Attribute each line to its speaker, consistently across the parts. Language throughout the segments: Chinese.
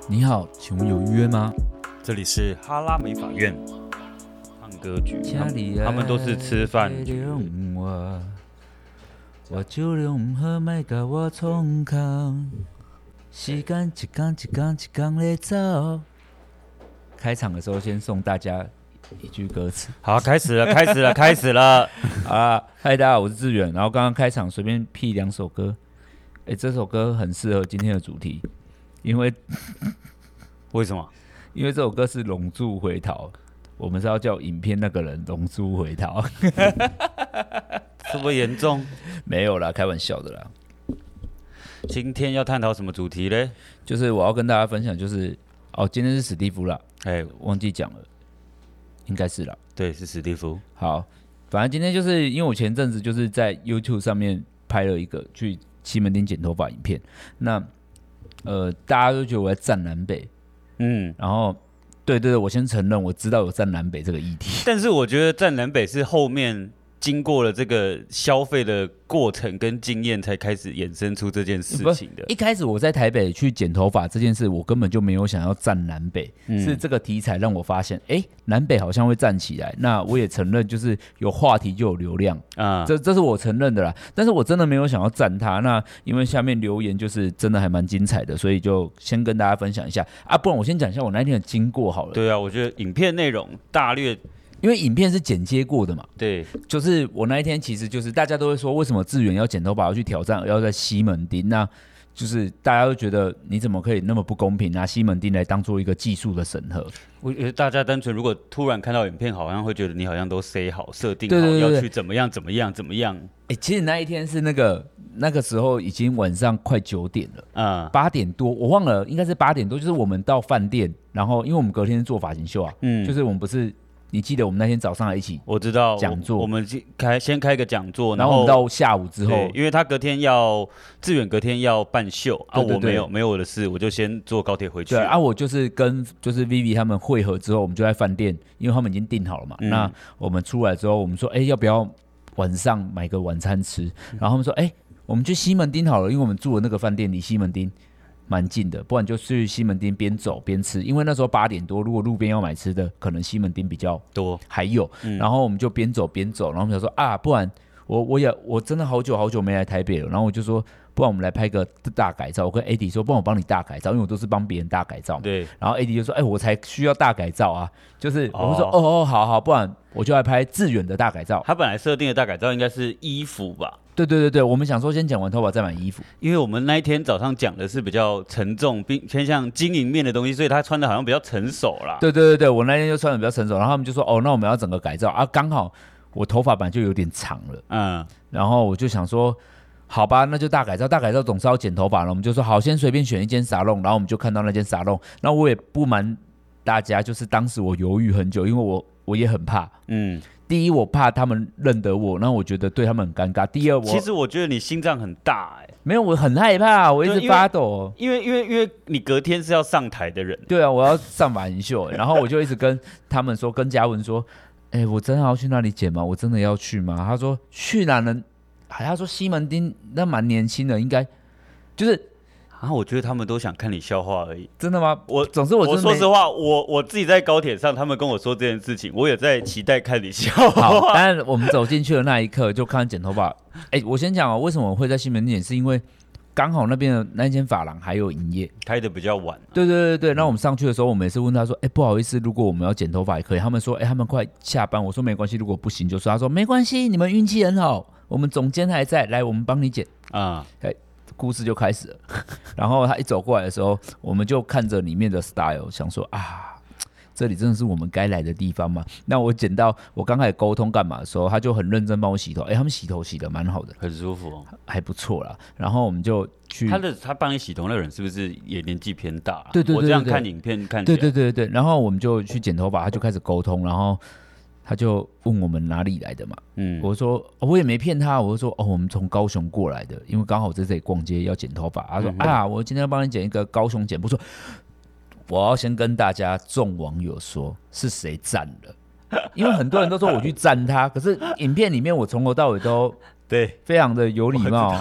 Speaker 1: 你好，请问有预约吗？
Speaker 2: 这里是哈拉美法院唱歌局，他们都是吃饭局。
Speaker 1: 我酒量不好，莫甲我创空。时间一天一天一天在走。开场的时候，先送大家一句歌词。
Speaker 2: 好，开始了，开始了，开始了。
Speaker 1: 好啦，嗨，大家好，我是志远。然后刚刚开场随便屁2首歌，这首歌很适合今天的主题，因为
Speaker 2: 为什么？
Speaker 1: 因为这首歌是《龙珠回逃》，我们是要叫影片那个人龙珠回逃。
Speaker 2: 这么严重？
Speaker 1: 没有啦，开玩笑的啦。
Speaker 2: 今天要探讨什么主题呢？
Speaker 1: 就是我要跟大家分享，就是今天是史蒂夫啦，忘记讲了，应该是啦。
Speaker 2: 对，是史蒂夫。
Speaker 1: 好，反正今天就是因为我前阵子就是在 YouTube 上面拍了一个去西门町剪头发影片，那大家都觉得我在站南北，然后对，我先承认我知道有站南北这个议题，
Speaker 2: 但是我觉得站南北是后面经过了这个消费的过程跟经验才开始衍生出这件事情的。
Speaker 1: 一开始我在台北去剪头发这件事，我根本就没有想要站南北，是这个题材让我发现，南北好像会站起来。那我也承认，就是有话题就有流量啊，这是我承认的啦。但是我真的没有想要站它。那因为下面留言就是真的还蛮精彩的，所以就先跟大家分享一下啊。不然我先讲一下我那天的经过好了。
Speaker 2: 对啊，我觉得影片内容大略。
Speaker 1: 因为影片是剪接过的嘛，
Speaker 2: 对，
Speaker 1: 就是我那一天其实就是大家都会说，为什么志远要剪头发要去挑战，要在西门町，那就是大家都觉得你怎么可以那么不公平，拿西门町来当做一个技术的审核？
Speaker 2: 我觉得大家单纯如果突然看到影片，好像会觉得你好像都 say 好、设定好
Speaker 1: 对
Speaker 2: 要去怎么样怎么样怎么样。
Speaker 1: 其实那一天是那个时候已经晚上快9点了，8点多，我忘了，应该是8点多，就是我们到饭店，然后因为我们隔天是做发型秀啊，就是我们不是。你记得我们那天早上还一起
Speaker 2: 我知道
Speaker 1: 讲座，
Speaker 2: 我们先开个讲座，
Speaker 1: 然后我们到下午之后，
Speaker 2: 因为他志远隔天要办秀啊，我没有我的事，我就先坐高铁回去。
Speaker 1: 对啊，我就是跟Vivi 他们会合之后，我们就在饭店，因为他们已经订好了嘛。那我们出来之后，我们说，要不要晚上买个晚餐吃？然后他们说，我们去西门町好了，因为我们住的那个饭店离西门町蛮近的，不然就去西门町边走边吃，因为那时候8点多，如果路边要买吃的，可能西门町比较多，还有，然后我们就边走边走，然后我们想说不然我真的好久没来台北了，然后我就说，不然我们来拍个大改造，我跟 AD 说，不然我帮你大改造，因为我都是帮别人大改造，
Speaker 2: 对，
Speaker 1: 然后 AD 就说，我才需要大改造啊，就是我们说，好，不然我就来拍志远的大改造。
Speaker 2: 他本来设定的大改造应该是衣服吧。
Speaker 1: 对，我们想说先剪完头发再买衣服，
Speaker 2: 因为我们那一天早上讲的是比较沉重并偏向经营面的东西，所以他穿的好像比较成熟啦。
Speaker 1: 对，我那天就穿的比较成熟，然后他们就说那我们要整个改造啊，刚好我头发本来就有点长了，然后我就想说，好吧，那就大改造总是要剪头发了，我们就说好，先随便选一间沙龙，然后我们就看到那间沙龙，那我也不瞒大家，就是当时我犹豫很久，因为我也很怕，第一，我怕他们认得我，那我觉得对他们很尴尬。第二，
Speaker 2: 其实我觉得你心脏很大
Speaker 1: 没有，我很害怕，我一直发抖。
Speaker 2: 因为你隔天是要上台的人。
Speaker 1: 对啊，我要上发型秀，然后我就一直跟他们说，跟嘉文说，我真的要去那里剪吗？我真的要去吗？他说去哪能？他说西门町那蛮年轻的，应该就是。
Speaker 2: 我觉得他们都想看你笑话而已。
Speaker 1: 真的吗？我
Speaker 2: 说实话，我自己在高铁上，他们跟我说这件事情，我也在期待看你笑话。
Speaker 1: 好，当然我们走进去的那一刻就看剪头发。我先讲为什么我会在西门町剪，是因为刚好那边的那间发廊还有营业，
Speaker 2: 开的比较晚。
Speaker 1: 对。那我们上去的时候，我们也是问他说，不好意思，如果我们要剪头发也可以。他们说，他们快下班。我说没关系，如果不行就说。他说没关系，你们运气很好，我们总监还在，来我们帮你剪啊。故事就开始了，然后他一走过来的时候，我们就看着里面的 style， 想说这里真的是我们该来的地方吗？那我剪到我刚开始沟通干嘛的时候，他就很认真帮我洗头，他们洗头洗得蛮好的，
Speaker 2: 很舒服还
Speaker 1: 不错啦。然后我们就去
Speaker 2: 他帮你洗头那个人是不是也年纪偏大？
Speaker 1: 对，
Speaker 2: 我这样看影片看起来
Speaker 1: 对。然后我们就去剪头发，他就开始沟通，然后他就问我们哪里来的嘛，我说我也没骗他，我就说我们从高雄过来的，因为刚好在这里逛街要剪头发。他说我今天要帮你剪一个高雄剪，不错。我要先跟大家众网友说是谁赞了，因为很多人都说我去赞他，可是影片里面我从头到尾都非常的有礼貌。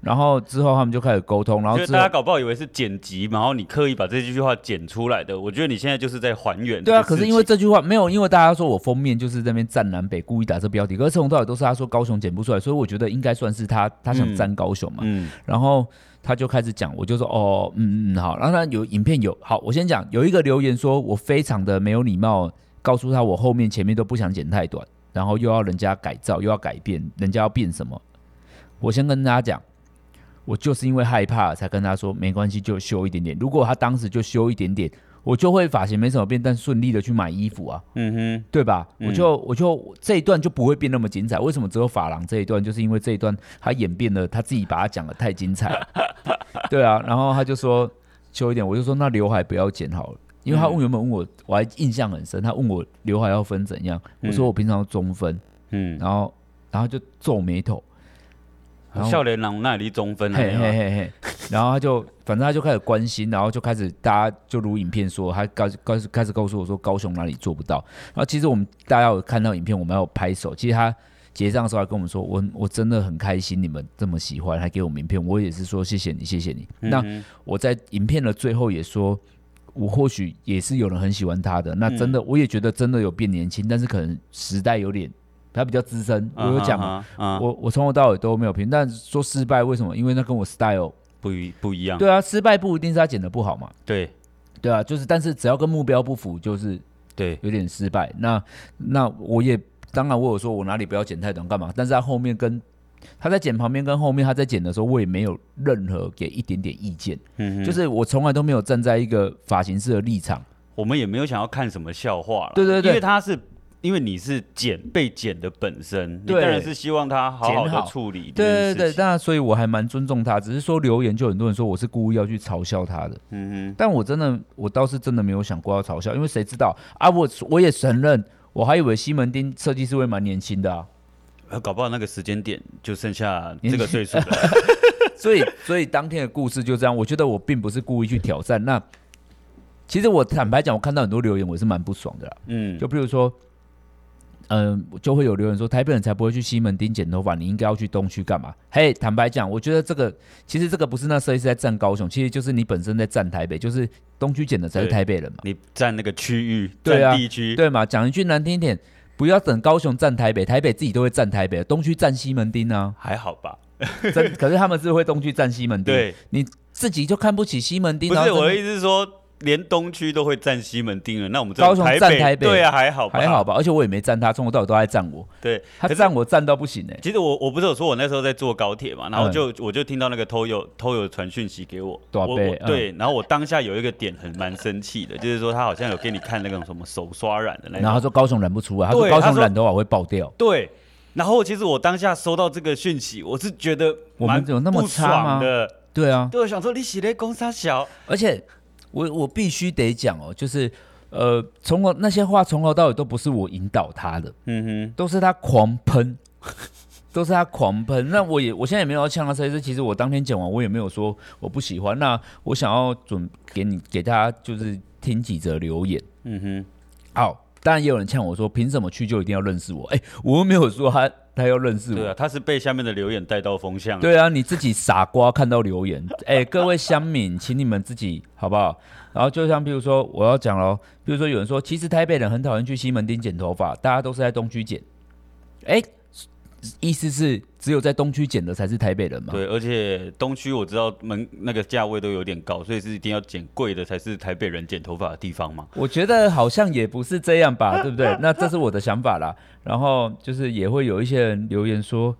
Speaker 1: 然后之后他们就开始沟通，然后
Speaker 2: 大家搞不好以为是剪辑，然后你刻意把这句话剪出来的。我觉得你现在就是在还原。
Speaker 1: 对啊，可是因为这句话没有，因为大家说我封面就是在那边站南北，故意打这标题，可是从头到尾都是他说高雄剪不出来，所以我觉得应该算是他想站高雄嘛。然后他就开始讲，我就说好，然后他有影片有好，我先讲有一个留言说我非常的没有礼貌，告诉他我后面前面都不想剪太短，然后又要人家改造又要改变，人家要变什么？我先跟大家讲，我就是因为害怕才跟他说没关系，就修一点点。如果他当时就修一点点，我就会发型没什么变，但顺利的去买衣服啊，对吧？我就这一段就不会变那么精彩。为什么只有发廊这一段？就是因为这一段他演变了，他自己把它讲的太精彩了。对啊，然后他就说修一点，我就说那刘海不要剪好了，因为他原本问我，我还印象很深，他问我刘海要分怎样，我说我平常中分，然后就皱眉头。
Speaker 2: 笑脸郎那里中分了，
Speaker 1: 然后反正他就开始关心，然后就开始大家就录影片说，他开始告诉我说高雄哪里做不到。然后其实大家有看到影片，我们要有拍手。其实他结账的时候还跟我们说，我真的很开心你们这么喜欢，还给我名片，我也是说谢谢你，谢谢你。那我在影片的最后也说，我或许也是有人很喜欢他的。那真的我也觉得真的有变年轻，但是可能时代有点。他比较资深，我有讲嘛，我从头到尾都没有评，但说失败为什么？因为那跟我 style
Speaker 2: 不一样。
Speaker 1: 对啊，失败不一定是他剪得不好嘛。
Speaker 2: 对
Speaker 1: 啊，就是但是只要跟目标不符，就是
Speaker 2: 对
Speaker 1: 有点失败。那我也当然我有说我哪里不要剪太短干嘛，但是他后面跟他在剪旁边跟后面他在剪的时候，我也没有任何给一点点意见，就是我从来都没有站在一个发型师的立场，
Speaker 2: 我们也没有想要看什么笑话啦。
Speaker 1: 对，
Speaker 2: 因为你是被剪的本身，你当然是希望他好好的处理这件事情。对，当然，所以我还蛮尊重他。只是说留言就很多人说我是故意要去嘲笑他的，但我倒是真的没有想过要嘲笑，因为谁知道啊？我也承认，我还以为西门町设计师会蛮年轻的啊， 搞不好那个时间点就剩下这个岁数了。
Speaker 1: 所以当天的故事就这样。我觉得我并不是故意去挑战。那其实我坦白讲，我看到很多留言，我是蛮不爽的啦。就比如说。就会有留言说台北人才不会去西门町剪头发，你应该要去东区干嘛？坦白讲，我觉得其实这个不是那设计师在站高雄，其实就是你本身在站台北，就是东区剪的才是台北人嘛。
Speaker 2: 你站那个区域，
Speaker 1: 对啊，
Speaker 2: 站地区，
Speaker 1: 对嘛？讲一句难听一点，不要等高雄站台北，台北自己都会站台北，东区站西门町啊，
Speaker 2: 还好吧？
Speaker 1: 可是他们是会东区站西门町，
Speaker 2: 对，
Speaker 1: 你自己就看不起西门町。
Speaker 2: 不是我的意思是说。连东区都会站西门町了，那我们
Speaker 1: 高雄站台北，
Speaker 2: 对啊，还好吧？
Speaker 1: 而且我也没站他，从头到尾都在站我。
Speaker 2: 对，
Speaker 1: 他站我站到不行
Speaker 2: 其实我不是有说我那时候在坐高铁嘛，然后我就听到那个偷有传讯息给我，对，然后我当下有一个点蛮生气的，就是说他好像有给你看那种什么手刷染的那种，
Speaker 1: 然后他说高雄染不出来，他说高雄染头发会爆掉。
Speaker 2: 对，然后其实我当下收到这个讯息，我是觉得
Speaker 1: 我们有那么差吗？对啊，
Speaker 2: 对，我想说你是在公三小，
Speaker 1: 而且。我必须得讲哦，就是那些话从头到尾都不是我引导他的，都是他狂喷，那我现在也没有要呛他设计师，其实我当天讲完我也没有说我不喜欢，那我想要给大家就是听几则留言，好。当然也有人呛我说，凭什么去就一定要认识我？我又没有说他要认识我。
Speaker 2: 对啊，他是被下面的留言带到风向。
Speaker 1: 对啊，你自己傻瓜看到留言，各位乡民，请你们自己好不好？然后就像比如说我要讲咯，比如说有人说，其实台北人很讨厌去西门町剪头发，大家都是在东区剪。意思是只有在东区剪的才是台北人吗？
Speaker 2: 对，而且东区我知道那个价位都有点高，所以是一定要剪贵的才是台北人剪头发的地方吗？
Speaker 1: 我觉得好像也不是这样吧，对不对？那这是我的想法啦。然后就是也会有一些人留言说，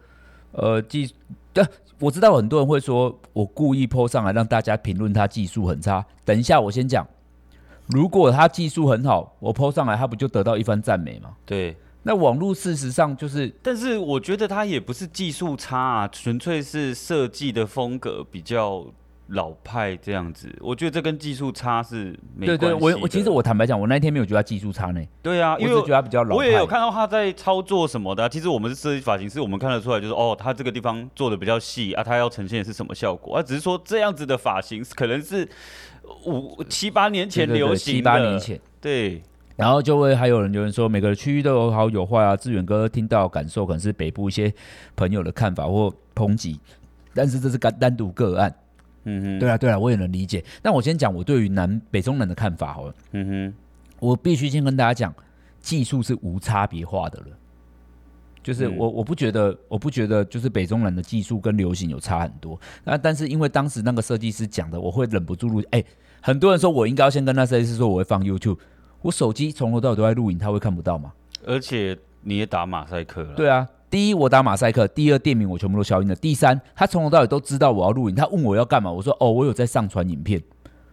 Speaker 1: 我知道很多人会说我故意 po 上来让大家评论他技术很差。等一下我先讲，如果他技术很好，我 po 上来他不就得到一番赞美吗？
Speaker 2: 对。
Speaker 1: 那网络事实上就是，
Speaker 2: 但是我觉得他也不是技术差啊，纯粹是设计的风格比较老派这样子。我觉得这跟技术差是没关系的。
Speaker 1: 对，其实我坦白讲，我那一天没有觉得他技术差呢。
Speaker 2: 对啊，因为
Speaker 1: 我只觉得他比较老派。
Speaker 2: 我也有看到他在操作什么的其实我们是设计发型师，我们看得出来，就是他这个地方做的比较细啊，他要呈现的是什么效果只是说这样子的发型可能是7、8年前流行的，7、8年前，对。
Speaker 1: 然后就会还有人留言说，每个区域都有好有坏啊。志远哥听到感受可能是北部一些朋友的看法或抨击。 但是这是单独个案。对啊，我也能理解。但我先讲我对于北中南的看法好了。我必须先跟大家讲，技术是无差别化的了。就是我不觉得就是北中南的技术跟流行有差很多。但是因为当时那个设计师讲的，我会忍不住录。很多人说我应该要先跟那设计师说我会放 YouTube， 我手机从头到尾都在录影，他会看不到吗？
Speaker 2: 而且你也打马赛克了。
Speaker 1: 对啊。第一，我打马赛克；第二，店名我全部都消音了；第三，他从头到尾都知道我要录影，他问我要干嘛，我说我有在上传影片。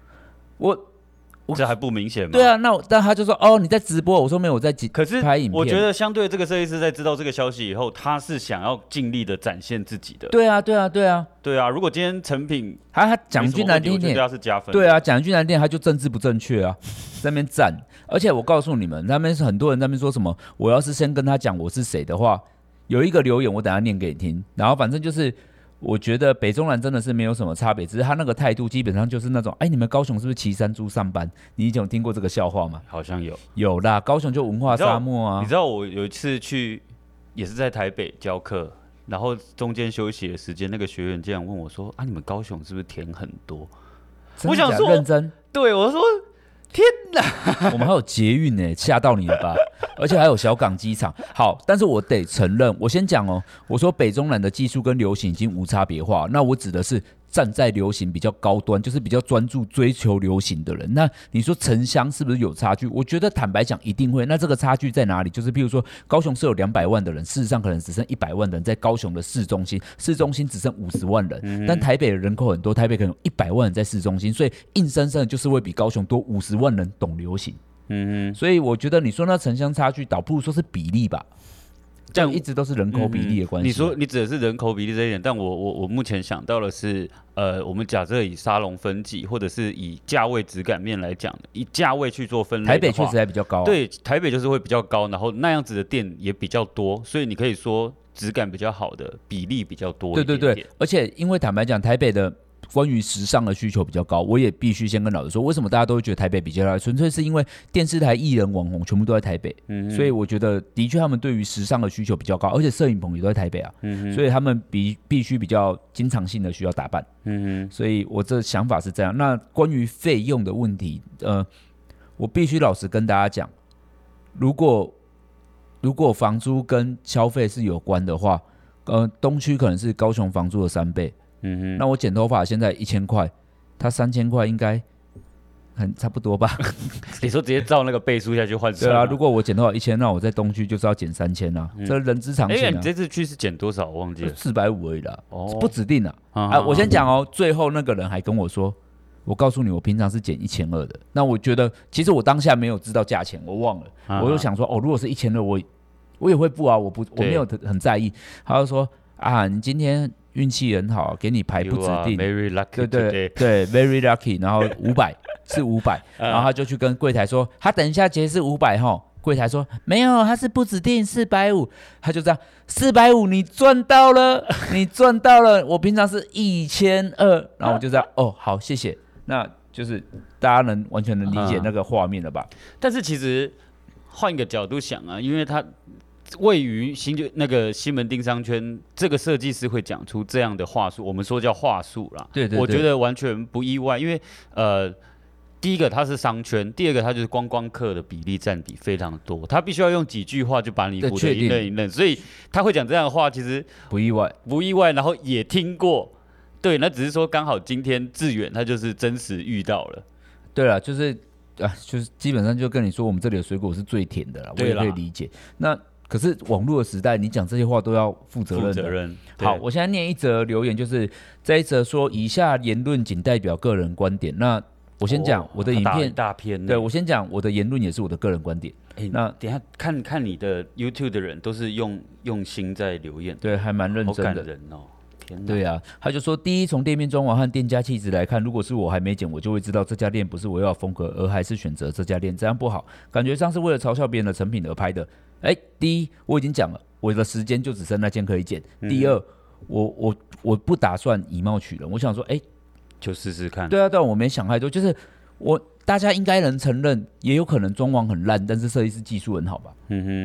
Speaker 2: 这还不明显吗？
Speaker 1: 对啊，但他就说你在直播，我说没有，我在拍影片。
Speaker 2: 我觉得相对这个设计师在知道这个消息以后，他是想要尽力的展现自己的。
Speaker 1: 对啊。
Speaker 2: 如果今天成品
Speaker 1: 他讲一句难听一点，
Speaker 2: 对他是加分。
Speaker 1: 对啊，讲一句难听点，他就政治不正确啊，在那边站。而且我告诉你们，那边是很多人在那边说什么，我要是先跟他讲我是谁的话。有一个留言，我等一下念给你听。然后反正就是，我觉得北中南真的是没有什么差别，只是他那个态度基本上就是那种，你们高雄是不是骑山猪上班？你以前有听过这个笑话吗？
Speaker 2: 好像
Speaker 1: 有啦，高雄就文化沙漠啊。
Speaker 2: 你知道我有一次去，也是在台北教课，然后中间休息的时间，那个学员竟然问我说：“你们高雄是不是田很多？”
Speaker 1: 我想说认真，
Speaker 2: 对我说。天哪！
Speaker 1: 我们还有捷运呢，吓到你了吧？而且还有小港机场。好，但是我得承认，我先讲我说北中南的技术跟流行已经无差别化，那我指的是站在流行比较高端，就是比较专注追求流行的人。那你说城乡是不是有差距？我觉得坦白讲一定会。那这个差距在哪里？就是譬如说高雄是有200万的人，事实上可能只剩100万的人在高雄的市中心，市中心只剩50万人，但台北的人口很多，台北可能有100万人在市中心，所以硬生生的就是会比高雄多50万人懂流行。所以我觉得你说那城乡差距，倒不如说是比例吧。这样一直都是人口比例的关系。
Speaker 2: 你说你指的是人口比例这一点，但我目前想到的是，我们假设以沙龙分级，或者是以价位质感面来讲，以价位去做分类的话，
Speaker 1: 台北确实还比较高。
Speaker 2: 对，台北就是会比较高，然后那样子的店也比较多，所以你可以说质感比较好的比例比较多一点点。
Speaker 1: 对，而且因为坦白讲，台北的关于时尚的需求比较高，我也必须先跟老师说，为什么大家都会觉得台北比较好，纯粹是因为电视台艺人网红全部都在台北，所以我觉得的确他们对于时尚的需求比较高，而且摄影棚也都在台北啊，所以他们必须比较经常性的需要打扮，所以我这想法是这样。那关于费用的问题，我必须老实跟大家讲，如果房租跟消费是有关的话，东区可能是高雄房租的3倍。那我剪头发现在1000块，他3000块应该很差不多吧？
Speaker 2: 你说直接照那个倍数下去换算？对
Speaker 1: 啊，如果我剪头发1000，那我在东区就是要减3000啊，这人之常情啊。
Speaker 2: 你这次去是减多少？我忘记了
Speaker 1: ，450而已啦，不指定啊。我先讲最后那个人还跟我说，我告诉你，我平常是减1200的。那我觉得，其实我当下没有知道价钱，我忘了，我就想说，如果是1200，我也会付啊，我没有很在意。他就说你今天运气很好，给你排不指定
Speaker 2: ，very lucky，
Speaker 1: 对 ，very lucky， 然后500是500，然后他就去跟柜台说，他等一下结是500哈，柜台说没有，他是不指定450，他就这样450，你赚到了，你赚到了，我平常是1200，然后我就这样好，谢谢，那就是大家完全能理解那个画面了吧？
Speaker 2: 但是其实换一个角度想啊，因为他位于那个西门町商圈，这个设计师会讲出这样的话术，我们说叫话术啦。
Speaker 1: 对，
Speaker 2: 我觉得完全不意外，因为第一个它是商圈，第二个它就是观光客的比例占比非常多，他必须要用几句话就把你唬得一愣一愣，所以他会讲这样的话，其实
Speaker 1: 不意
Speaker 2: 外，然后也听过，对，那只是说刚好今天志远他就是真实遇到了，
Speaker 1: 对了，就是基本上就跟你说，我们这里的水果是最甜的啦，我也可以理解。那可是网络的时代，你讲这些话都要负责任。好，我现在念一则留言，就是这一则说，以下言论仅代表个人观点。那我先讲我的影片
Speaker 2: 大片，
Speaker 1: 对我先讲我的言论也是我的个人观点。
Speaker 2: 那等一下看你的 YouTube 的人都是用心在留言，
Speaker 1: 对，还蛮认真的，
Speaker 2: 好感人哦。
Speaker 1: 对啊，他就说，第一，从店面装潢和店家气质来看，如果是我还没剪，我就会知道这家店不是我要的风格，而还是选择这家店，这样不好，感觉上是为了嘲笑别人的成品而拍的。第一，我已经讲了，我的时间就只剩那件可以剪。第二，我不打算以貌取人，我想说，
Speaker 2: 就试试看。
Speaker 1: 对啊，我没想太多，就是大家应该能承认，也有可能装潢很烂，但是设计师技术很好吧？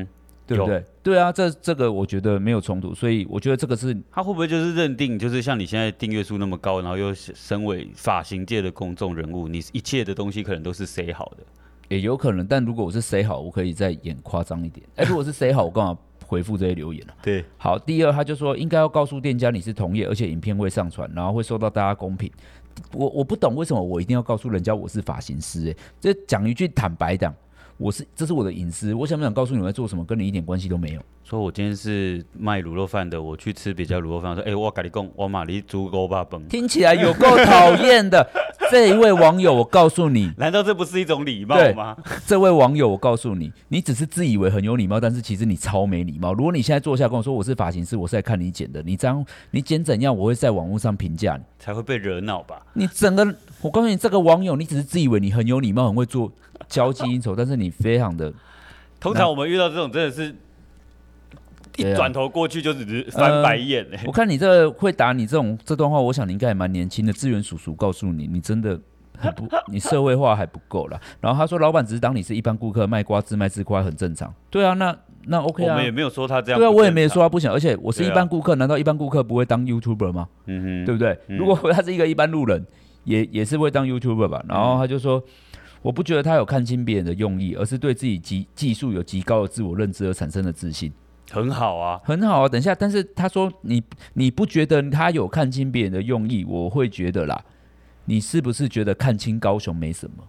Speaker 1: 对不对？对啊，这个我觉得没有冲突，所以我觉得这个是
Speaker 2: 他会不会就是认定，就是像你现在订阅数那么高，然后又身为发型界的公众人物，你一切的东西可能都是 say 好的，
Speaker 1: 也有可能。但如果我是 say 好，我可以再演夸张一点。如果是 say 好，我干嘛回复这些留言啊？
Speaker 2: 对，
Speaker 1: 好，第二他就说应该要告诉店家你是同业，而且影片会上传，然后会受到大家公平。我不懂为什么我一定要告诉人家我是发型师？这讲一句坦白讲，这是我的隐私，我想不想告诉你我在做什么，跟你一点关系都没有。
Speaker 2: 说我今天是卖卤肉饭的，我去吃别家卤肉饭，说我跟你讲，我马里煮锅巴饭，
Speaker 1: 听起来有够讨厌的。这一位网友，我告诉你，
Speaker 2: 难道这不是一种礼貌吗？
Speaker 1: 这位网友，我告诉你，你只是自以为很有礼貌，但是其实你超没礼貌。如果你现在坐下跟我说我是发型师，我是来看你剪的，你这样你剪怎样，我会在网络上评价你，
Speaker 2: 才会被惹恼吧？
Speaker 1: 你整个，我告诉你，这个网友，你只是自以为你很有礼貌，很会做交际应酬，但是你非常的。
Speaker 2: 通常我们遇到这种真的是。一转头过去就只是翻白眼
Speaker 1: 我看你这个会打你这段话，我想你应该也蛮年轻的。志远叔叔告诉你，你真的很不，你社会化还不够啦。然后他说，老板只是当你是一般顾客，卖瓜自卖自夸很正常。对啊，那 OK 啊。
Speaker 2: 我们也没有说他这样。
Speaker 1: 对啊，我也没说他不想。而且我是一般顾客，难道一般顾客不会当 YouTuber 吗？对不对？如果他是一个一般路人，也是会当 YouTuber 吧。然后他就说。我不觉得他有看清别人的用意，而是对自己技术有极高的自我认知而产生的自信。
Speaker 2: 很好啊，
Speaker 1: 很好啊。等一下，但是他说你不觉得他有看清别人的用意？我会觉得啦，你是不是觉得看清高雄没什么？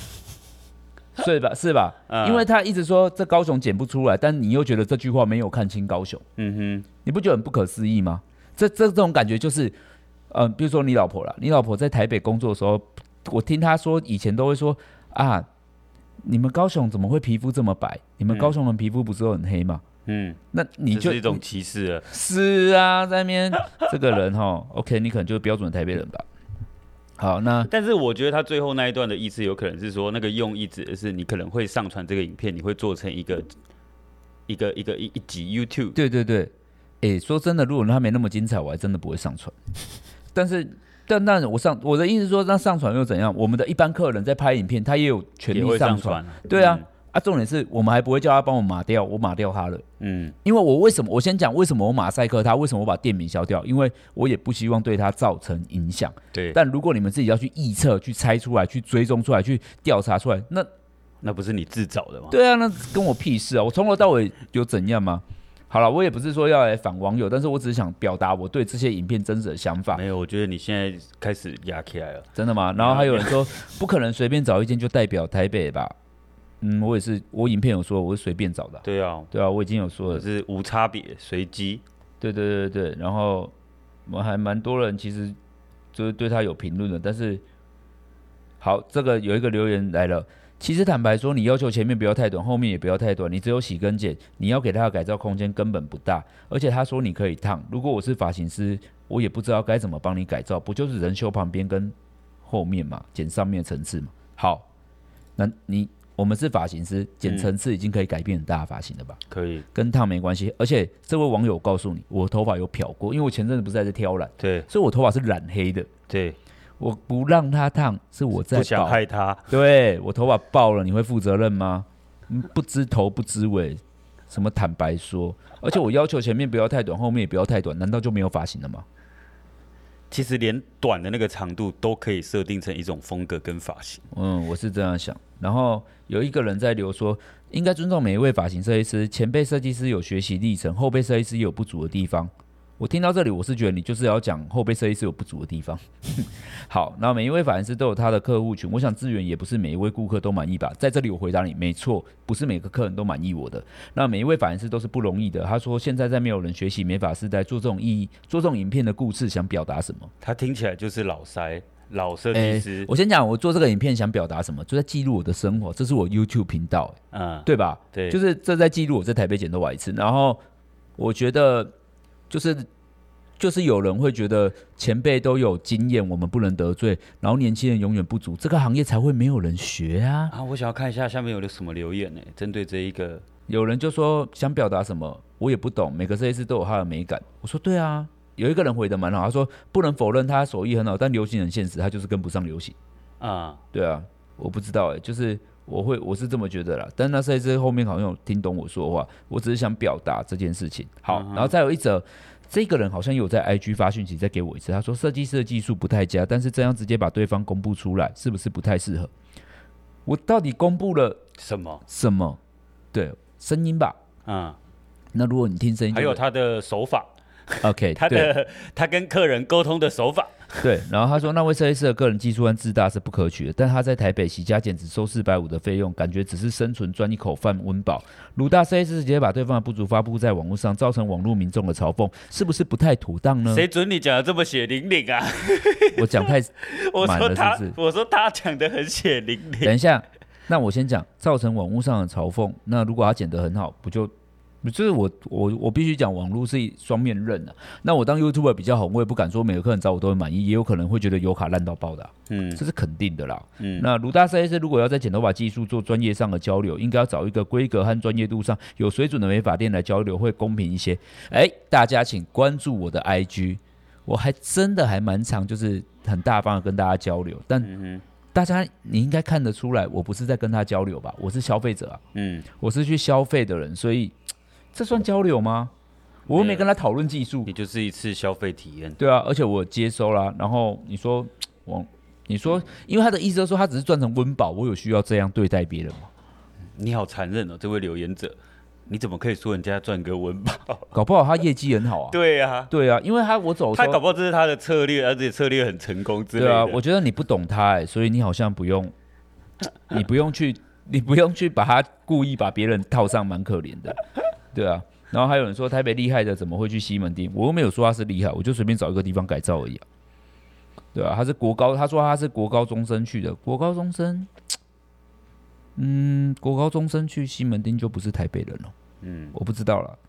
Speaker 1: 是吧？因为他一直说这高雄剪不出来，但你又觉得这句话没有看清高雄。你不觉得很不可思议吗？这种感觉就是，比如说你老婆啦，你老婆在台北工作的时候，我听她说以前都会说啊，你们高雄怎么会皮肤这么白？你们高雄人皮肤不是都很黑吗？那你就
Speaker 2: 这是一种歧视了。
Speaker 1: 是啊，在那边这个人OK， 你可能就是标准的台北人吧。好，
Speaker 2: 但是我觉得他最后那一段的意思，有可能是说那个用意指的是你可能会上传这个影片，你会做成一集 YouTube。
Speaker 1: 对对对，说真的，如果他没那么精彩，我还真的不会上传。但我的意思是说，那上传又怎样？我们的一般客人在拍影片，他也有权利上传。对啊。重点是我们还不会叫他帮我码掉，我码掉他了。因为我先讲为什么我马赛克他，为什么我把店名消掉？因为我也不希望对他造成影响。
Speaker 2: 对。
Speaker 1: 但如果你们自己要去臆测、去猜出来、去追踪出来、去调查出来，
Speaker 2: 那不是你自找的吗？
Speaker 1: 对啊，那跟我屁事啊！我从头到尾有怎样吗？好了，我也不是说要来反网友，但是我只是想表达我对这些影片真实的想法。
Speaker 2: 没有，我觉得你现在开始压起来了。
Speaker 1: 真的吗？然后还有人说，不可能随便找一间就代表台北吧？我也是，我影片有说我是随便找的。
Speaker 2: 对啊，
Speaker 1: 我已经有说了，
Speaker 2: 是无差别、随机。
Speaker 1: 对，然后我还蛮多人其实就是对他有评论的，但是好，这个有一个留言来了。其实坦白说，你要求前面不要太短，后面也不要太短，你只有洗跟剪，你要给他的改造空间根本不大。而且他说你可以烫，如果我是发型师，我也不知道该怎么帮你改造，不就是人修旁边跟后面嘛，剪上面层次嘛。好，那我们是发型师，剪层次已经可以改变很大的发型了吧？
Speaker 2: 可以，
Speaker 1: 跟烫没关系。而且这位网友告诉你，我头发有漂过，因为我前阵子不是在这挑染，
Speaker 2: 对，
Speaker 1: 所以我头发是染黑的。
Speaker 2: 对，
Speaker 1: 我不让他烫，是我在
Speaker 2: 不想害他。
Speaker 1: 对，我头发爆了，你会负责任吗？不知头不知尾，什么坦白说？而且我要求前面不要太短，后面也不要太短，难道就没有发型了吗？
Speaker 2: 其实连短的那个长度都可以设定成一种风格跟发型。
Speaker 1: 我是这样想。然后有一个人在留说，应该尊重每一位发型设计师，前辈设计师有学习历程，后辈设计师也有不足的地方。我听到这里，我是觉得你就是要讲后辈设计师有不足的地方。好，那每一位发型师都有他的客户群，我想资源也不是每一位顾客都满意吧。在这里我回答你，没错，不是每个客人都满意我的。那每一位发型师都是不容易的。他说现在在没有人学习美发时代做这种影片的故事，想表达什么？
Speaker 2: 他听起来就是老设计师。
Speaker 1: 我先讲，我做这个影片想表达什么，就在记录我的生活，这是我 YouTube 频道，对吧？
Speaker 2: 对，
Speaker 1: 就是这在记录我在台北剪头发一次。然后我觉得就是有人会觉得前辈都有经验，我们不能得罪，然后年轻人永远不足，这个行业才会没有人学啊！
Speaker 2: 我想要看一下下面有什么留言呢？针对这一个，
Speaker 1: 有人就说想表达什么，我也不懂，每个设计师都有他的美感。我说对啊，有一个人回得蛮好，他说不能否认他手艺很好，但流行很现实，他就是跟不上流行。对啊，我不知道就是我是这么觉得啦。但那设计师后面好像有听懂我说的话，我只是想表达这件事情。好，然后再有一则，这个人好像有在 IG 发讯息再给我一次，他说设计师的技术不太佳，但是这样直接把对方公布出来，是不是不太适合？我到底公布了什么？对，声音吧。那如果你听声音，
Speaker 2: 还有他的手法。
Speaker 1: OK，
Speaker 2: 他跟客人沟通的手法。
Speaker 1: 对，然后他说那位设计师的个人技术和自大是不可取的，但他在台北洗家剪只收450的费用，感觉只是生存赚一口饭温饱。鲁大设计师直接把对方的不足发布在网络上，造成网络民众的嘲讽，是不是不太妥当呢？
Speaker 2: 谁准你讲的这么血淋淋啊？
Speaker 1: 我讲太满了是不是？
Speaker 2: 我说他讲的很血淋淋。
Speaker 1: 等一下，那我先讲造成网络上的嘲讽。那如果他剪得很好，就是我必须讲，网络是双面刃啊。那我当 YouTuber 比较红，我也不敢说每个客人找我都会满意，也有可能会觉得油卡烂到爆的、这是肯定的啦。那鲁大设计师如果要在剪头发技术做专业上的交流，应该要找一个规格和专业度上有水准的美发店来交流，会公平一些。大家请关注我的 IG， 我还真的还蛮常就是很大方的跟大家交流，但大家你应该看得出来，我不是在跟他交流吧？我是消费者啊，我是去消费的人，所以。这算交流吗？我又没跟他讨论技术，
Speaker 2: 你就是一次消费体验。
Speaker 1: 对啊，而且我接收啦。然后你说，因为他的意思就是说他只是赚成温饱，我有需要这样对待别人吗？
Speaker 2: 你好残忍哦，这位留言者，你怎么可以说人家赚个温饱？
Speaker 1: 搞不好他业绩很好啊。
Speaker 2: 对啊，
Speaker 1: 因为我走，
Speaker 2: 他搞不好这是他的策略，而且策略很成功之类的。
Speaker 1: 对啊，我觉得你不懂他所以你好像不用去把他故意把别人套上，蛮可怜的。对啊，然后还有人说台北厉害的怎么会去西门町？我又没有说他是厉害，我就随便找一个地方改造而已啊。对啊，他是国高，他说他是国高中生去的，国高中生，国高中生去西门町就不是台北人了。我不知道啦。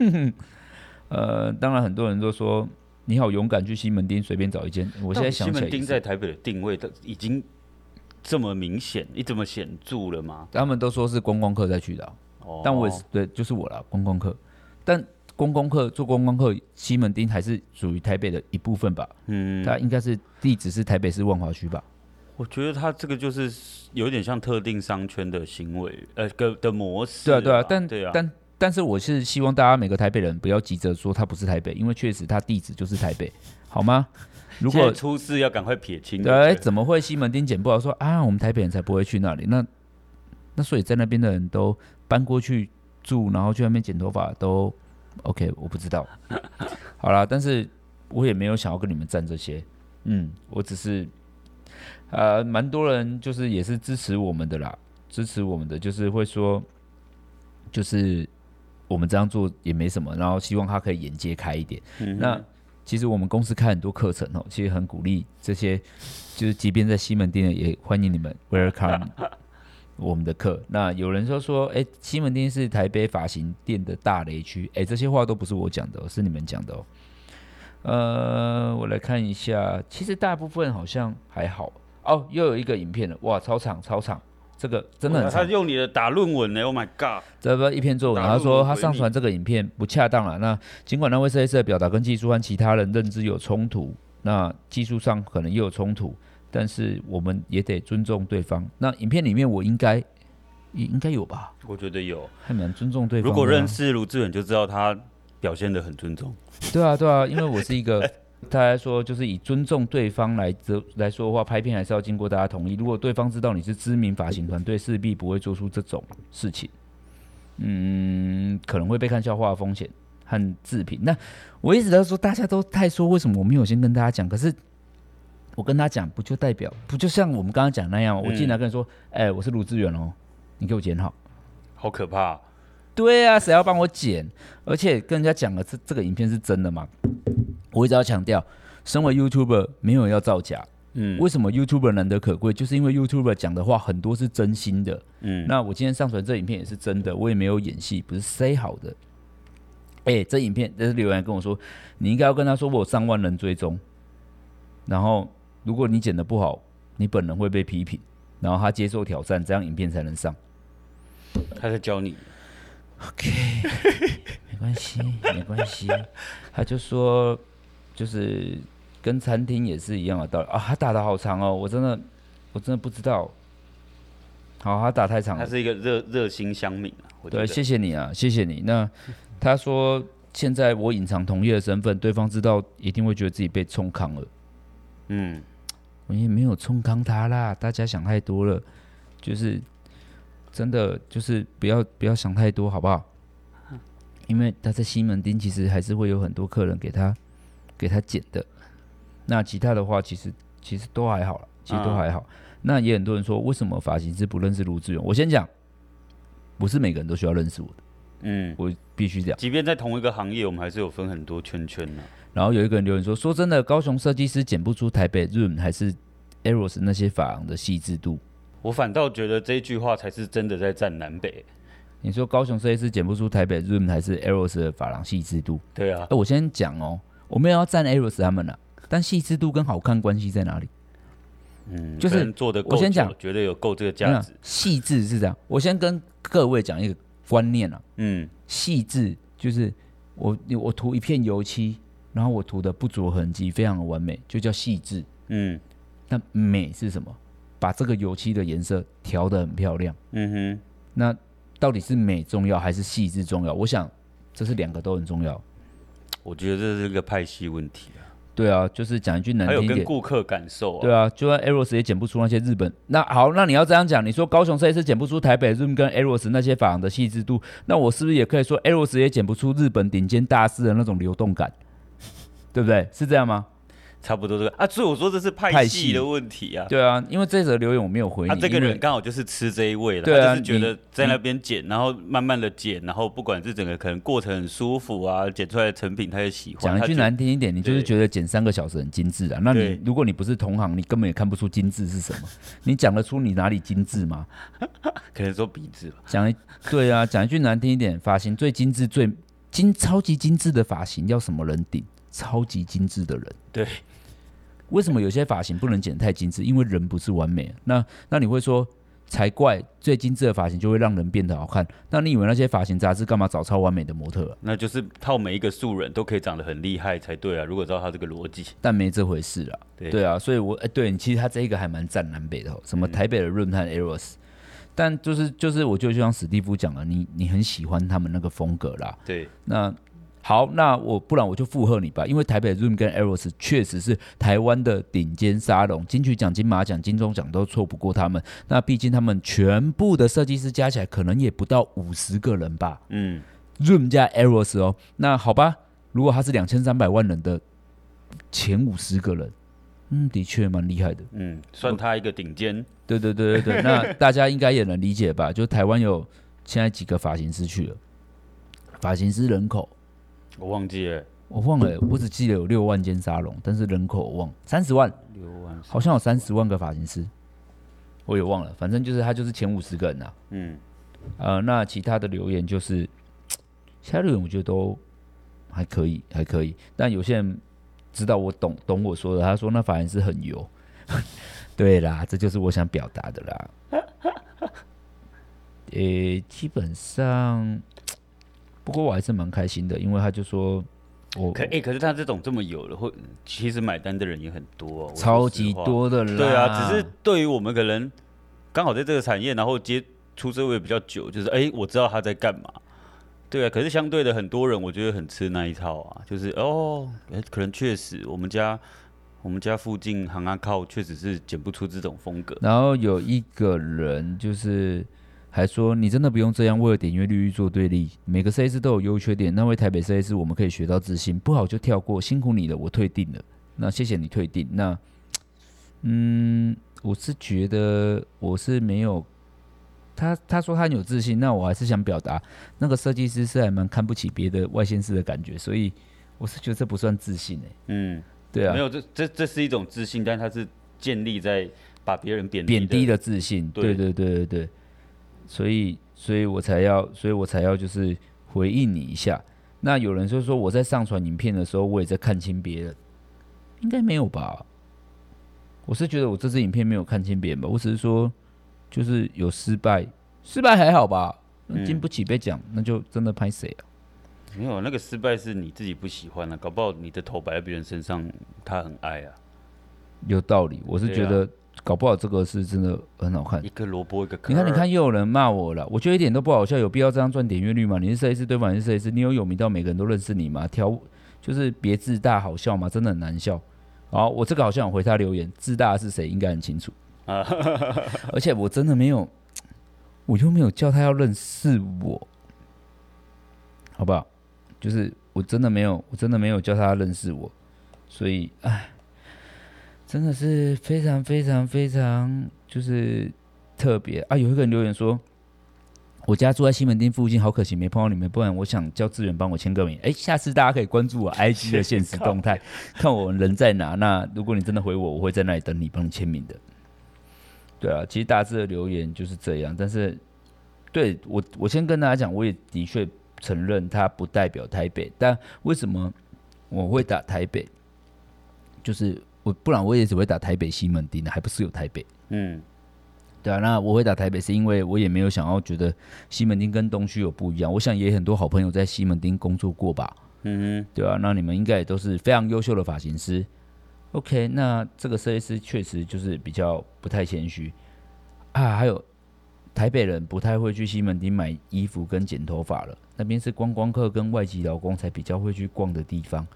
Speaker 1: 当然很多人都说你好勇敢去西门町随便找一间，我现在想起来
Speaker 2: 西门町在台北的定位已经这么明显，这么显著了吗？
Speaker 1: 他们都说是观光客在去的、但我也是对，就是我啦，观光客。但做观光客，西门町还是属于台北的一部分吧。它应该是地址是台北市万华区吧。
Speaker 2: 我觉得它这个就是有点像特定商圈的行为，的模式。
Speaker 1: 对啊，但是我是希望大家每个台北人不要急着说它不是台北，因为确实它地址就是台北，好吗？如果
Speaker 2: 出事要赶快撇清。
Speaker 1: 对，怎么会西门町剪不好说啊？我们台北人才不会去那里。那所以在那边的人都搬过去住，然后去那边剪头发都 OK， 我不知道。好啦，但是我也没有想要跟你们站这些，我只是蛮多人就是也是支持我们的啦，就是会说，就是我们这样做也没什么，然后希望他可以眼界开一点。那其实我们公司开很多课程其实很鼓励这些，就是即便在西门町的也欢迎你们 welcome。我们的课，那有人说，西门町是台北发型店的大雷区，这些话都不是我讲的是你们讲的我来看一下，其实大部分好像还好又有一个影片了，哇，超长，这个真的很长。
Speaker 2: 他用你的打论文呢 ，Oh my god！
Speaker 1: 这不一篇作文，他说他上传这个影片不恰当了。那尽管那位设计师的表达跟技术和其他人认知有冲突，那技术上可能也有冲突。但是我们也得尊重对方。那影片里面我应该有吧？
Speaker 2: 我觉得有，
Speaker 1: 还蛮尊重对方的。
Speaker 2: 如果认识卢志远就知道他表现得很尊重。
Speaker 1: 对啊，因为我是一个，大家说就是以尊重对方来说的话，拍片还是要经过大家同意。如果对方知道你是知名发型团队，势必不会做出这种事情。可能会被看笑话的风险和自评。那我一直都说，大家都太说为什么我没有先跟大家讲，可是。我跟他讲，不就像我们刚刚讲那样，我进来跟你说，我是卢志远你给我剪好，
Speaker 2: 好可怕。
Speaker 1: 对啊，谁要帮我剪？而且跟人家讲了，这个影片是真的吗？我一直要强调，身为 YouTuber 没有要造假。为什么 YouTuber 难得可贵？就是因为 YouTuber 讲的话很多是真心的。那我今天上传这影片也是真的，我也没有演戏，不是 say 好的。这影片这是留言跟我说，你应该要跟他说我有3万人追踪，然后。如果你剪得不好，你本人会被批评，然后他接受挑战，这样影片才能上。
Speaker 2: 他在教你。
Speaker 1: OK， 没关系。他就说，就是跟餐厅也是一样的道理啊。他打得好长我真的不知道。 好，他打太长了。
Speaker 2: 他是一个热心乡民啊。
Speaker 1: 对，谢谢你啊，谢谢你。那他说现在我隐藏同业的身份，对方知道一定会觉得自己被冲康了。我也没有冲康他啦，大家想太多了，就是真的就是不要想太多，好不好？因为他在西门町其实还是会有很多客人给他剪的。那其他的话其实都还好了，其实都还好。那也很多人说，为什么发型师不认识卢志远？我先讲，不是每个人都需要认识我的。我必须讲，
Speaker 2: 即便在同一个行业，我们还是有分很多圈圈呢。
Speaker 1: 然后有一个人留言说真的，高雄设计师剪不出台北 Zoom 还是 Eros 那些发廊的细致度。
Speaker 2: 我反倒觉得这一句话才是真的在站南北。
Speaker 1: 你说高雄设计师剪不出台北 Zoom 还是 Eros 的发廊细致度？
Speaker 2: 对啊。
Speaker 1: 我先讲哦，我没有要站 Eros 他们啦，但细致度跟好看关系在哪里？就是
Speaker 2: 做的够久，我先讲，觉得有够这个价值。
Speaker 1: 细致是这样，我先跟各位讲一个观念啊。细致就是我涂一片油漆，然后我涂的不着痕迹，非常的完美，就叫细致。那美是什么？把这个油漆的颜色调得很漂亮。那到底是美重要还是细致重要？我想这是两个都很重要。
Speaker 2: 我觉得这是一个派系问题啊。
Speaker 1: 对啊，就是讲一句难听一点，
Speaker 2: 还有跟顾客感受啊。
Speaker 1: 对啊，就算 Eros 也剪不出那些日本。那好，那你要这样讲，你说高雄设计师剪不出台北 Zoom 跟 Eros 那些发廊的细致度，那我是不是也可以说 Eros 也剪不出日本顶尖大师的那种流动感？对不对？是这样吗？
Speaker 2: 差不多这个啊，所以我说这是派系的问题啊。
Speaker 1: 对啊，因为这则留言我没有回你。
Speaker 2: 这个人刚好就是吃这一味了，对啊，他就是觉得在那边剪，然后慢慢的剪，然后不管是整个可能过程很舒服啊，剪出来的成品他也喜欢。
Speaker 1: 讲一句难听一点，你就是觉得剪3个小时很精致啊。那如果你不是同行，你根本也看不出精致是什么。你讲得出你哪里精致吗？
Speaker 2: 可能说鼻子吧。
Speaker 1: 对啊，讲一句难听一点，发型最精致、超级精致的发型要什么人顶？超级精致的人。
Speaker 2: 对。
Speaker 1: 为什么有些发型不能剪太精致？因为人不是完美。那你会说才怪，最精致的发型就会让人变得好看。那你以为那些发型杂志干嘛找超完美的模特？
Speaker 2: 那就是套每一个素人都可以长得很厉害才对啊。如果照他这个逻辑，
Speaker 1: 但没这回事啦。对啊，所以对，其实他这一个还蛮占南北的，什么台北的润和 Eros，但就是我就像史蒂夫讲了，你很喜欢他们那个风格啦。
Speaker 2: 对，
Speaker 1: 那。好，那不然我就附和你吧，因为台北 Zoom 跟 Eros 确实是台湾的顶尖沙龙，金曲奖、金马奖、金钟奖都错不过他们。那毕竟他们全部的设计师加起来可能也不到50个人吧。Zoom 加 Eros 哦，那好吧，如果他是2300万人的前50个人，的确蛮厉害的。
Speaker 2: 算他一个顶尖。
Speaker 1: 对，那大家应该也能理解吧？就台湾有现在几个发型师去了，发型师人口。
Speaker 2: 我忘记了，
Speaker 1: 我只记得有6万间沙龙，但是人口我忘了30万，6万，好像有30万个发型师，我也忘了，反正就是他就是前50个人呐。那其他的留言就是，其他留言我觉得都还可以，但有些人知道我懂我说的，他说那发型师很油，对啦，这就是我想表达的啦。基本上。不过我还是蛮开心的，因为他就说
Speaker 2: 可是他这么有了，其实买单的人也很多哦，
Speaker 1: 超级多的啦。
Speaker 2: 对啊，只是对于我们可能刚好在这个产业，然后出社会比较久，就是我知道他在干嘛。对啊，可是相对的很多人，我觉得很吃那一套啊，就是可能确实我们家附近行啊靠，确实是剪不出这种风格。
Speaker 1: 然后有一个人就是还说你真的不用这样为了点阅率做对立，每个设计师都有优缺点，那位台北设计师我们可以学到自信，不好就跳过，辛苦你了，我退订了。那谢谢你退订。那我是觉得我是没有他说他很有自信，那我还是想表达那个设计师是还蛮看不起别的外县市的感觉，所以我是觉得这不算自信对啊，
Speaker 2: 没有，这是一种自信，但它是建立在把别人贬
Speaker 1: 低的自信。对。所以我才要就是回应你一下。那有人就说我在上传影片的时候，我也在看清别人，应该没有吧？我是觉得我这支影片没有看清别人吧，我只是说就是有失败还好吧？经不起被讲，那就真的拍谁啊？
Speaker 2: 没有，那个失败是你自己不喜欢搞不好你的头摆在别人身上，他很爱啊。
Speaker 1: 有道理，我是觉得搞不好这个是真的很好看。
Speaker 2: 一个萝卜一个壳。
Speaker 1: 你看，又有人骂我了，我觉得一点都不好笑，有必要这样赚点阅率吗？你是设计师，对方是设计师，你有名到每个人都认识你吗？就是别自大，好笑吗？真的很难笑。好，我这个好像有回他留言，自大的是谁应该很清楚。而且我真的没有，我又没有叫他要认识我，好不好？就是我真的没有叫他认识我，所以真的是非常非常非常就是特别啊！有一个人留言说，我家住在西门町附近，好可惜没碰到你们，不然我想叫志远帮我签个名。下次大家可以关注我 IG 的限时动态，看我人在哪。那如果你真的回我，我会在那里等你，帮你签名的。对啊，其实大致的留言就是这样。但是，对我先跟大家讲，我也的确承认它不代表台北，但为什么我会打台北？就是不然我也只会打台北西门町的，还不是有台北。对啊，那我会打台北是因为我也没有想要觉得西门町跟东区有不一样。我想也很多好朋友在西门町工作过吧。对啊，那你们应该也都是非常优秀的发型师。OK， 那这个设计师确实就是比较不太谦虚啊。还有台北人不太会去西门町买衣服跟剪头发了，那边是观光客跟外籍劳工才比较会去逛的地方。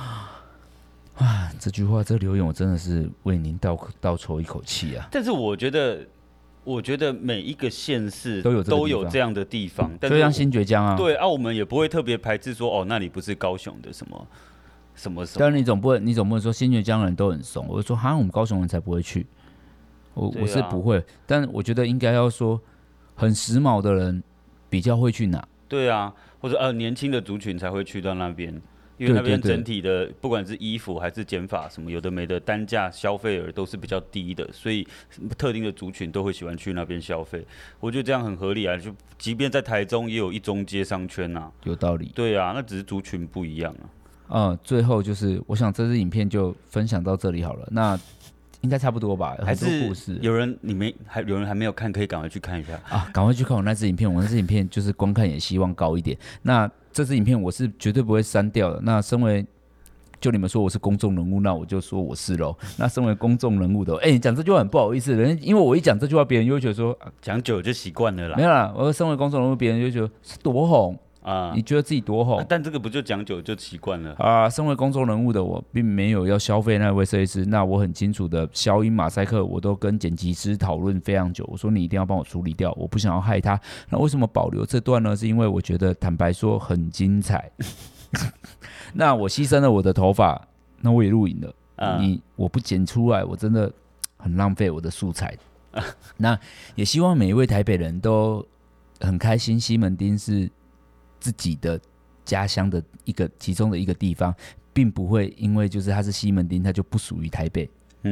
Speaker 1: 这句话这留言我真的是为您倒抽一口气啊！
Speaker 2: 但是我觉得每一个县市都有这样的地方，
Speaker 1: 就像新崛江啊，
Speaker 2: 对啊，我们也不会特别排斥说那里不是高雄的什么。
Speaker 1: 但是你总不能说新崛江人都很怂，我就说我们高雄人才不会去，我是不会，但我觉得应该要说很时髦的人比较会去哪？
Speaker 2: 对啊，或者年轻的族群才会去到那边，因为那边整体的不管是衣服还是剪发什么有的没的单价消费额都是比较低的，所以特定的族群都会喜欢去那边消费。我觉得这样很合理啊，就即便在台中也有一中街商圈啊，
Speaker 1: 有道理。
Speaker 2: 对啊，那只是族群不一样啊。
Speaker 1: 最后就是我想这支影片就分享到这里好了，那应该差不多吧？
Speaker 2: 还是
Speaker 1: 故事
Speaker 2: 有人还没有看，可以赶快去看一下
Speaker 1: 啊！赶快去看我那支影片，我那支影片就是观看也希望高一点。那这支影片我是绝对不会删掉的。那身为就你们说我是公众人物，那我就说我是咯。那身为公众人物的，你讲这句话很不好意思，因为我一讲这句话，别人就会觉得说
Speaker 2: 讲久了就习惯了啦。
Speaker 1: 没有啦，我身为公众人物，别人就觉得是多红。你觉得自己多红？
Speaker 2: 但这个不就讲久就习惯了
Speaker 1: 身为公众人物的我，并没有要消费那位设计师。那我很清楚的，消音马赛克我都跟剪辑师讨论非常久。我说你一定要帮我处理掉，我不想要害他。那为什么保留这段呢？是因为我觉得坦白说很精彩。那我牺牲了我的头发，那我也录影了。我不剪出来，我真的很浪费我的素材。那也希望每一位台北人都很开心，西门町是自己的家乡的其中的一个地方，并不会因为就是它是西门町，它就不属于台北。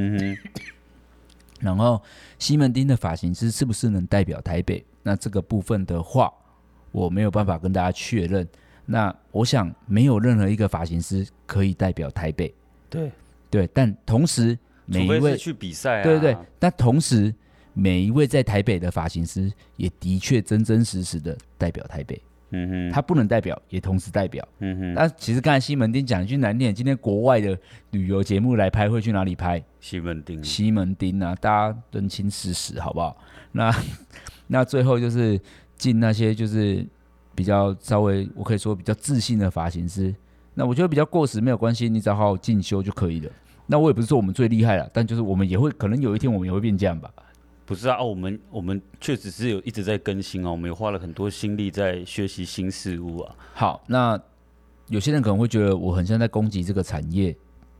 Speaker 1: 然后西门町的发型师是不是能代表台北？那这个部分的话，我没有办法跟大家确认。那我想没有任何一个发型师可以代表台北。对，但同时每一位
Speaker 2: 除非是去比赛
Speaker 1: 对，但同时每一位在台北的发型师也的确真真实实的代表台北。他不能代表，也同时代表。那其实刚才西门町讲一句难听，今天国外的旅游节目来拍，会去哪里拍？西门町啊，大家认清事实好不好？那最后就是进那些就是比较稍微我可以说比较自信的发型师。那我觉得比较过时没有关系，你只要好好进修就可以了。那我也不是说我们最厉害了，但就是我们也会可能有一天我们也会变这样吧。
Speaker 2: 不是啊，我们确实是有一直在更新啊，我们也花了很多心力在学习新事物啊。
Speaker 1: 好，那有些人可能会觉得我很像在攻击这个产业，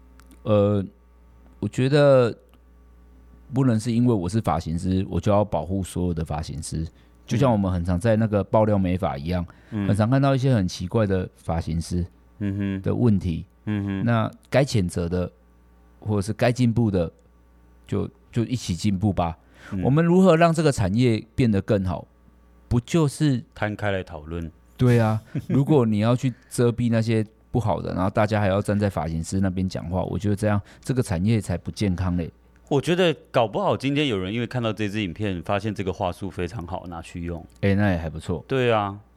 Speaker 1: 我觉得不能是因为我是发型师，我就要保护所有的发型师。就像我们很常在那个爆料美发一样，很常看到一些很奇怪的发型师的问题。那该谴责的或者是该进步的，就一起进步吧。我们如何让这个产业变得更好，不就是
Speaker 2: 摊开来讨论？
Speaker 1: 对啊，如果你要去遮蔽那些不好的，然后大家还要站在发型师那边讲话，我觉得这样这个产业才不健康嘞。
Speaker 2: 我觉得搞不好今天有人因为看到这支影片，发现这个话术非常好，拿去用。
Speaker 1: 那也还不错。
Speaker 2: 对啊，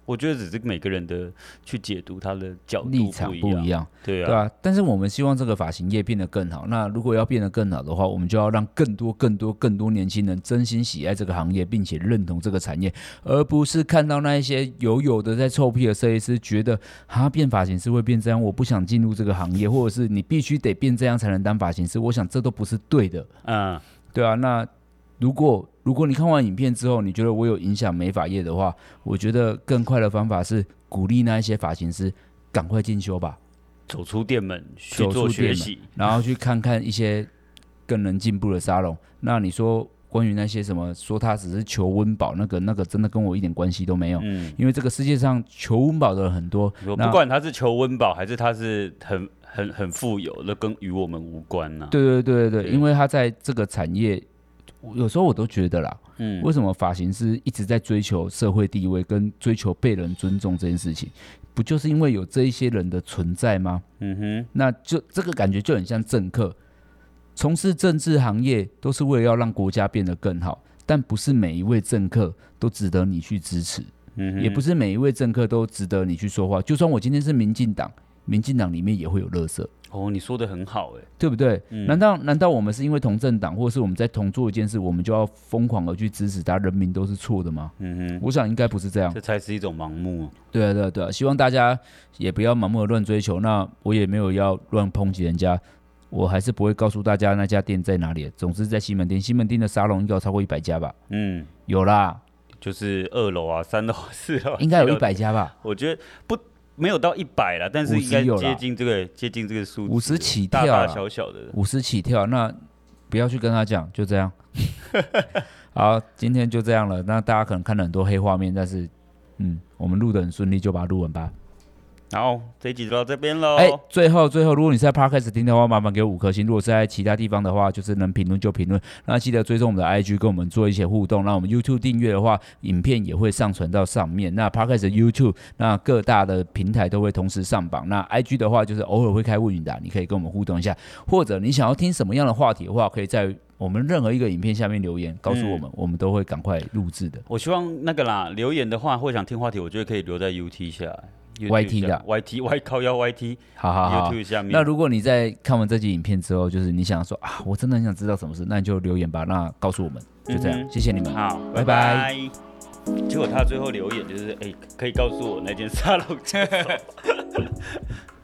Speaker 2: 我觉得只是每个人的去解读他的角度
Speaker 1: 立场不一样，
Speaker 2: 对啊，
Speaker 1: 但是我们希望这个发型业变得更好。那如果要变得更好的话，我们就要让更多年轻人真心喜爱这个行业，并且认同这个产业，而不是看到那一些有的在臭屁的设计师，觉得变发型师会变这样，我不想进入这个行业，或者是你必须得变这样才能当发型师。我想这都不是对的。对啊，那如果你看完影片之后，你觉得我有影响美发业的话，我觉得更快的方法是鼓励那一些发型师赶快进修吧，
Speaker 2: 走出店门去做学习，
Speaker 1: 然后去看看一些更能进步的沙龙。那你说关于那些什么说他只是求温饱，那个真的跟我一点关系都没有。因为这个世界上求温饱的人很多，
Speaker 2: 不管他是求温饱还是他是很富有，那跟与我们无关啊。
Speaker 1: 对，因为他在这个产业。有时候我都觉得啦，为什么发型师一直在追求社会地位跟追求被人尊重这件事情，不就是因为有这一些人的存在吗？那就这个感觉就很像政客，从事政治行业都是为了要让国家变得更好，但不是每一位政客都值得你去支持，也不是每一位政客都值得你去说话。就算我今天是民进党里面也会有垃圾。
Speaker 2: 你说的很好
Speaker 1: 对不对？难道我们是因为同政党，或是我们在同做一件事，我们就要疯狂的去支持他？人民都是错的吗？我想应该不是这样，
Speaker 2: 这才是一种盲目。
Speaker 1: 对啊，希望大家也不要盲目的乱追求。那我也没有要乱抨击人家，我还是不会告诉大家那家店在哪里。总之在西门町的沙龙应该有超过100家吧？有啦，
Speaker 2: 就是2楼啊、3楼、4楼，
Speaker 1: 应该有100家吧？
Speaker 2: 我觉得没有到100啦，但是应该接近这个数字
Speaker 1: ，50起跳，
Speaker 2: 大大小小的
Speaker 1: 50起跳。那不要去跟他讲，就这样。好，今天就这样了。那大家可能看了很多黑画面，但是我们录得很顺利，就把它录完吧。
Speaker 2: 好，这一集就到这边喽。
Speaker 1: 最后，如果你是在 Podcast 听的话，麻烦给我5颗星。如果是在其他地方的话，就是能评论就评论。那记得追踪我们的 IG， 跟我们做一些互动。那我们 YouTube 订阅的话，影片也会上传到上面。那 Podcast、YouTube， 那各大的平台都会同时上榜。那 IG 的话，就是偶尔会开问语的，你可以跟我们互动一下。或者你想要听什么样的话题的话，可以在我们任何一个影片下面留言告诉我们，我们都会赶快录制的。
Speaker 2: 我希望那个啦，留言的话或想听话题，我觉得可以留在 UT 下来。
Speaker 1: YT 的
Speaker 2: YT 靠腰 YT，
Speaker 1: 好
Speaker 2: YouTube 下面。
Speaker 1: 那如果你在看完这集影片之后，就是你想说我真的很想知道什么事，那你就留言吧，那告诉我们，就这样，谢谢你们，
Speaker 2: 好，
Speaker 1: 拜拜。
Speaker 2: 结果他最后留言就是，可以告诉我那间沙龙